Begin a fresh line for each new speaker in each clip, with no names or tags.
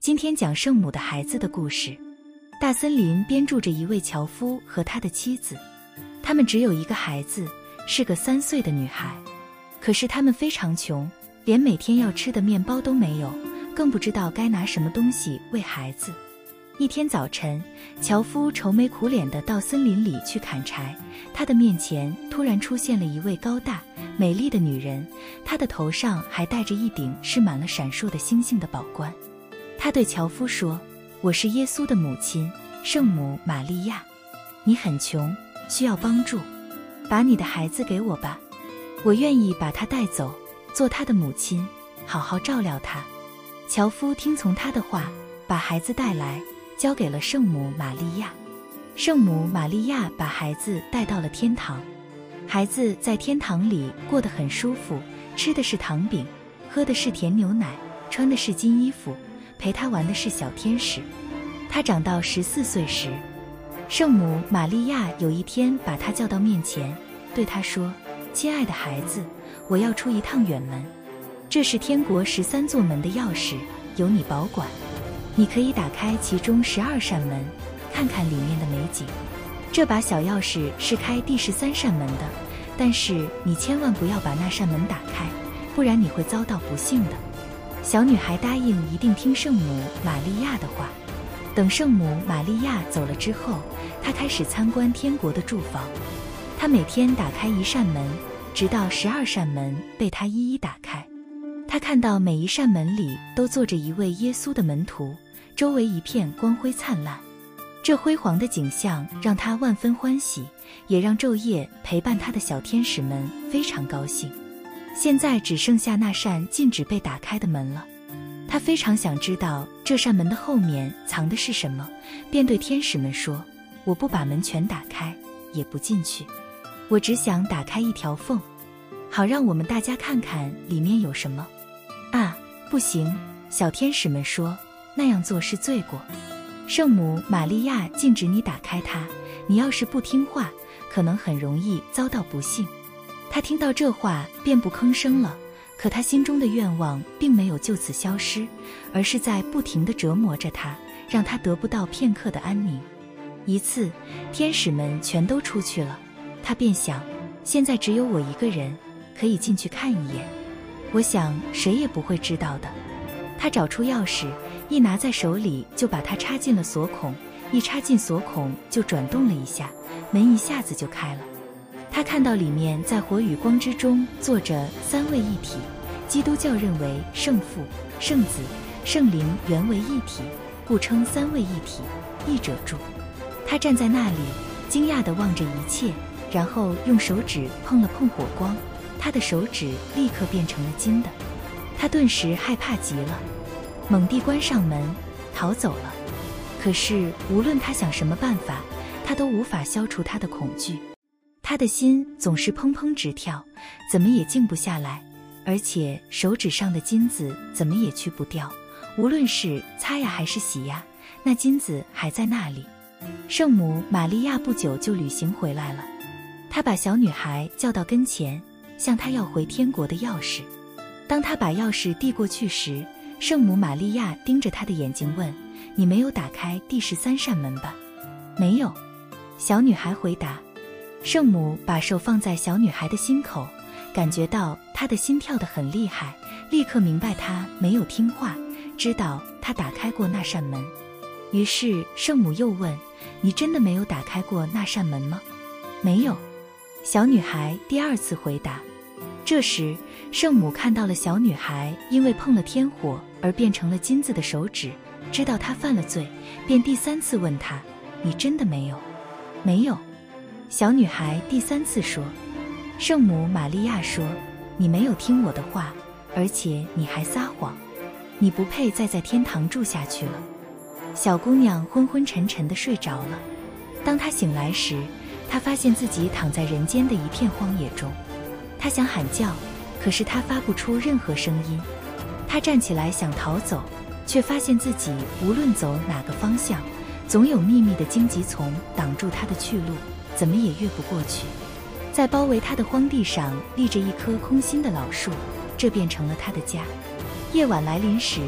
今天讲圣母的孩子的故事。大森林边住着一位樵夫和他的妻子，他们只有一个孩子，是个3岁的女孩。可是他们非常穷，连每天要吃的面包都没有，更不知道该拿什么东西喂孩子。一天早晨，樵夫愁眉苦脸地到森林里去砍柴，他的面前突然出现了一位高大美丽的女人，她的头上还戴着一顶饰满了闪烁的星星的宝冠。她对樵夫说：“我是耶稣的母亲，圣母玛利亚。你很穷，需要帮助，把你的孩子给我吧，我愿意把他带走，做他的母亲，好好照料他。”樵夫听从他的话，把孩子带来，交给了圣母玛利亚。圣母玛利亚把孩子带到了天堂。孩子在天堂里过得很舒服，吃的是糖饼，喝的是甜牛奶，穿的是金衣服，陪他玩的是小天使。他长到14岁时，圣母玛利亚有一天把他叫到面前，对他说：“亲爱的孩子，我要出一趟远门，这是天国13座门的钥匙，由你保管。你可以打开其中12扇门，看看里面的美景。这把小钥匙是开第13扇门的，但是你千万不要把那扇门打开，不然你会遭到不幸的。”小女孩答应一定听圣母玛利亚的话。等圣母玛利亚走了之后，她开始参观天国的住房。她每天打开1扇门，直到12扇门被她一一打开。她看到每一扇门里都坐着一位耶稣的门徒，周围一片光辉灿烂。这辉煌的景象让她万分欢喜，也让昼夜陪伴她的小天使们非常高兴。现在只剩下那扇禁止被打开的门了。他非常想知道这扇门的后面藏的是什么，便对天使们说：“我不把门全打开，也不进去，我只想打开一条缝，好让我们大家看看里面有什么。”啊，不行，小天使们说，那样做是罪过。圣母玛利亚禁止你打开它，你要是不听话，可能很容易遭到不幸。他听到这话便不吭声了，可他心中的愿望并没有就此消失，而是在不停地折磨着他，让他得不到片刻的安宁。一次，天使们全都出去了，他便想，现在只有我一个人可以进去看一眼，我想谁也不会知道的。他找出钥匙，一拿在手里就把它插进了锁孔，一插进锁孔就转动了一下，门一下子就开了。他看到里面在火与光之中坐着3位一体，基督教认为圣父、圣子、圣灵原为一体，故称3位一体，一者住。他站在那里，惊讶地望着一切，然后用手指碰了碰火光，他的手指立刻变成了金的。他顿时害怕极了，猛地关上门，逃走了。可是无论他想什么办法，他都无法消除他的恐惧。他的心总是砰砰直跳，怎么也静不下来，而且手指上的金子怎么也去不掉，无论是擦呀还是洗呀，那金子还在那里。圣母玛利亚不久就旅行回来了，她把小女孩叫到跟前，向她要回天国的钥匙。当她把钥匙递过去时，圣母玛利亚盯着她的眼睛问：“你没有打开第13扇门吧？”“没有。”小女孩回答。圣母把手放在小女孩的心口，感觉到她的心跳得很厉害，立刻明白她没有听话，知道她打开过那扇门。于是圣母又问：“你真的没有打开过那扇门吗？”“没有。”小女孩第2次回答。这时圣母看到了小女孩因为碰了天火而变成了金子的手指，知道她犯了罪，便第3次问她：“你真的没有？”“没有。”小女孩第3次说。圣母玛利亚说：“你没有听我的话，而且你还撒谎，你不配再在天堂住下去了。”小姑娘昏昏沉沉地睡着了。当她醒来时，她发现自己躺在人间的一片荒野中。她想喊叫，可是她发不出任何声音。她站起来想逃走，却发现自己无论走哪个方向，总有密密的荆棘丛挡住她的去路，怎么也越不过去。在包围他的荒地上立着一棵空心的老树，这变成了他的家。夜晚来临时，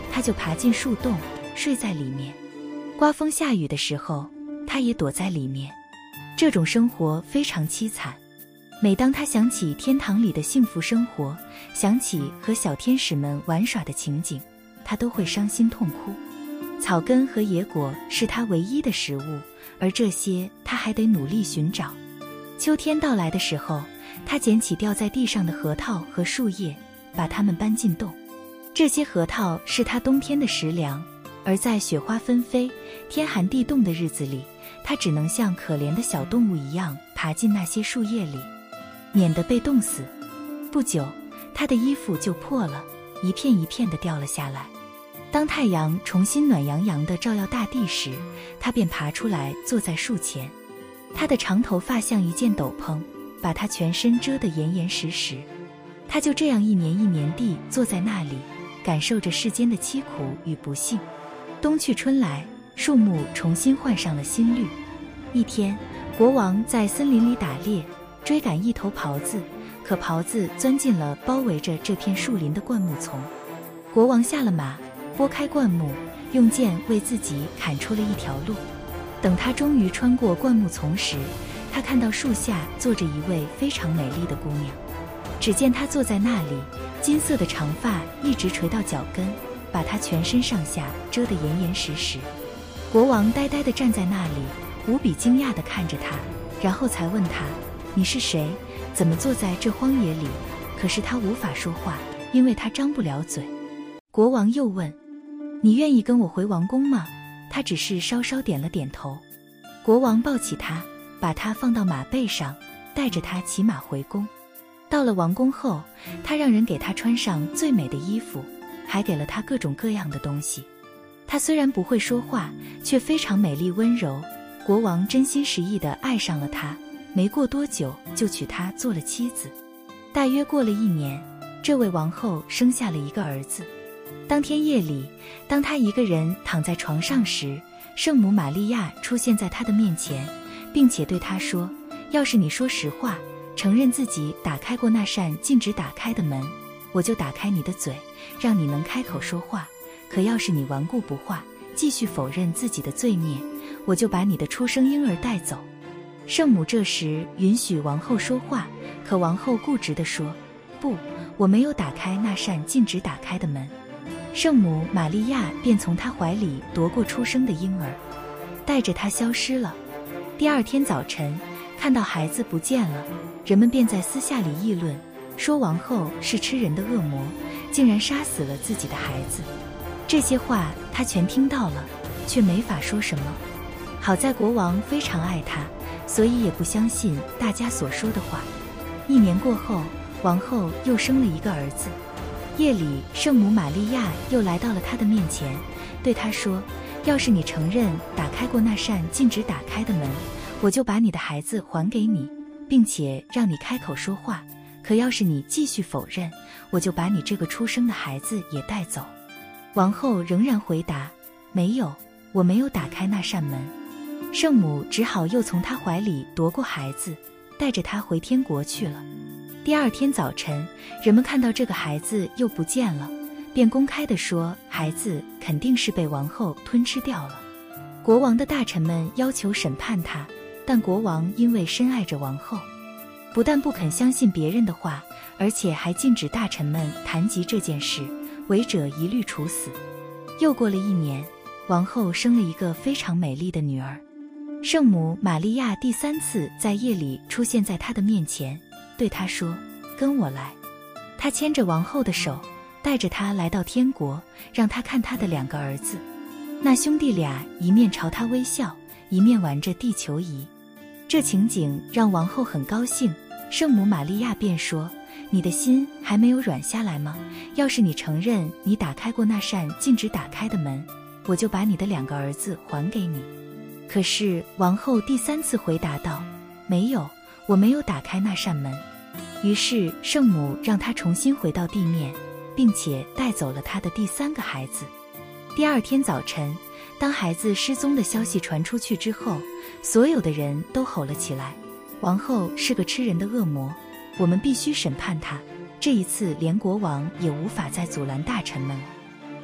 他就爬进树洞，睡在里面。刮风下雨的时候，他也躲在里面。这种生活非常凄惨。每当他想起天堂里的幸福生活，想起和小天使们玩耍的情景，他都会伤心痛哭。草根和野果是他唯一的食物，而这些他还得努力寻找。秋天到来的时候，他捡起掉在地上的核桃和树叶，把它们搬进洞。这些核桃是他冬天的食粮，而在雪花纷飞、天寒地冻的日子里，他只能像可怜的小动物一样爬进那些树叶里，免得被冻死。不久，他的衣服就破了，一片一片地掉了下来。当太阳重新暖洋洋地照耀大地时，他便爬出来坐在树前。他的长头发像一件斗篷，把他全身遮得严严实实。他就这样一年一年地坐在那里，感受着世间的凄苦与不幸。冬去春来，树木重新换上了新绿。一天，国王在森林里打猎，追赶一头狍子，可狍子钻进了包围着这片树林的灌木丛。国王下了马，拨开灌木，用剑为自己砍出了一条路。等他终于穿过灌木丛时，他看到树下坐着一位非常美丽的姑娘。只见她坐在那里，金色的长发一直垂到脚跟，把她全身上下遮得严严实实。国王呆呆地站在那里，无比惊讶地看着她，然后才问她：“你是谁？怎么坐在这荒野里？”可是她无法说话，因为她张不了嘴。国王又问：“你愿意跟我回王宫吗？”她只是稍稍点了点头。国王抱起她，把她放到马背上，带着她骑马回宫。到了王宫后，他让人给她穿上最美的衣服，还给了她各种各样的东西。她虽然不会说话，却非常美丽温柔。国王真心实意地爱上了她，没过多久就娶她做了妻子。大约过了1年，这位王后生下了一个儿子。当天夜里，当她一个人躺在床上时，圣母玛利亚出现在她的面前，并且对她说：“要是你说实话，承认自己打开过那扇禁止打开的门，我就打开你的嘴，让你能开口说话。可要是你顽固不化，继续否认自己的罪孽，我就把你的出生婴儿带走。”圣母这时允许王后说话，可王后固执地说：“不，我没有打开那扇禁止打开的门。”圣母玛利亚便从她怀里夺过出生的婴儿，带着他消失了。第二天早晨，看到孩子不见了，人们便在私下里议论，说王后是吃人的恶魔，竟然杀死了自己的孩子。这些话他全听到了，却没法说什么。好在国王非常爱他，所以也不相信大家所说的话。1年过后，王后又生了一个儿子。夜里，圣母玛利亚又来到了他的面前，对他说：“要是你承认打开过那扇禁止打开的门，我就把你的孩子还给你，并且让你开口说话。可要是你继续否认，我就把你这个出生的孩子也带走。”王后仍然回答：“没有，我没有打开那扇门。”圣母只好又从他怀里夺过孩子，带着他回天国去了。第二天早晨，人们看到这个孩子又不见了，便公开地说孩子肯定是被王后吞吃掉了。国王的大臣们要求审判他，但国王因为深爱着王后，不但不肯相信别人的话，而且还禁止大臣们谈及这件事，违者一律处死。又过了1年，王后生了一个非常美丽的女儿。圣母玛利亚第3次在夜里出现在她的面前，对她说：“跟我来。”她牵着王后的手，带着她来到天国，让她看她的2个儿子。那兄弟俩一面朝她微笑，一面玩着地球仪。这情景让王后很高兴，圣母玛利亚便说：“你的心还没有软下来吗？要是你承认你打开过那扇禁止打开的门，我就把你的2个儿子还给你。”可是王后第3次回答道：“没有，我没有打开那扇门。”于是圣母让她重新回到地面，并且带走了她的第3个孩子。第二天早晨，当孩子失踪的消息传出去之后，所有的人都吼了起来：“王后是个吃人的恶魔，我们必须审判她。”这一次连国王也无法再阻拦大臣们了。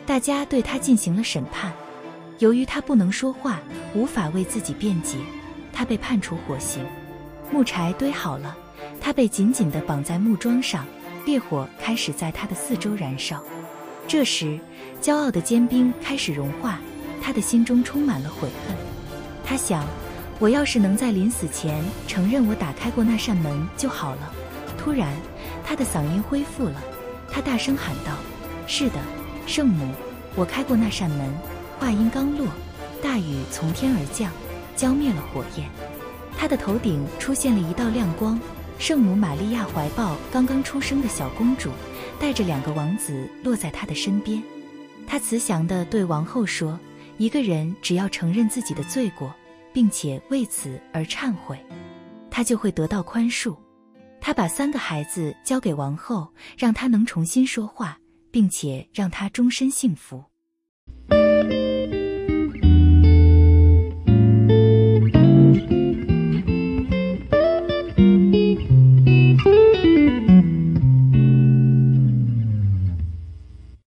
大家对他进行了审判。由于他不能说话，无法为自己辩解，他被判处火刑。木柴堆好了，他被紧紧地绑在木桩上，烈火开始在他的四周燃烧。这时，骄傲的坚冰开始融化，他的心中充满了悔恨。他想，我要是能在临死前承认我打开过那扇门就好了。突然，他的嗓音恢复了，他大声喊道：是的，圣母，我开过那扇门。话音刚落，大雨从天而降，浇灭了火焰。他的头顶出现了一道亮光，圣母玛利亚怀抱刚刚出生的小公主，带着2个王子落在她的身边。他慈祥地对王后说，一个人只要承认自己的罪过，并且为此而忏悔，他就会得到宽恕。他把3个孩子交给王后，让她能重新说话，并且让她终身幸福。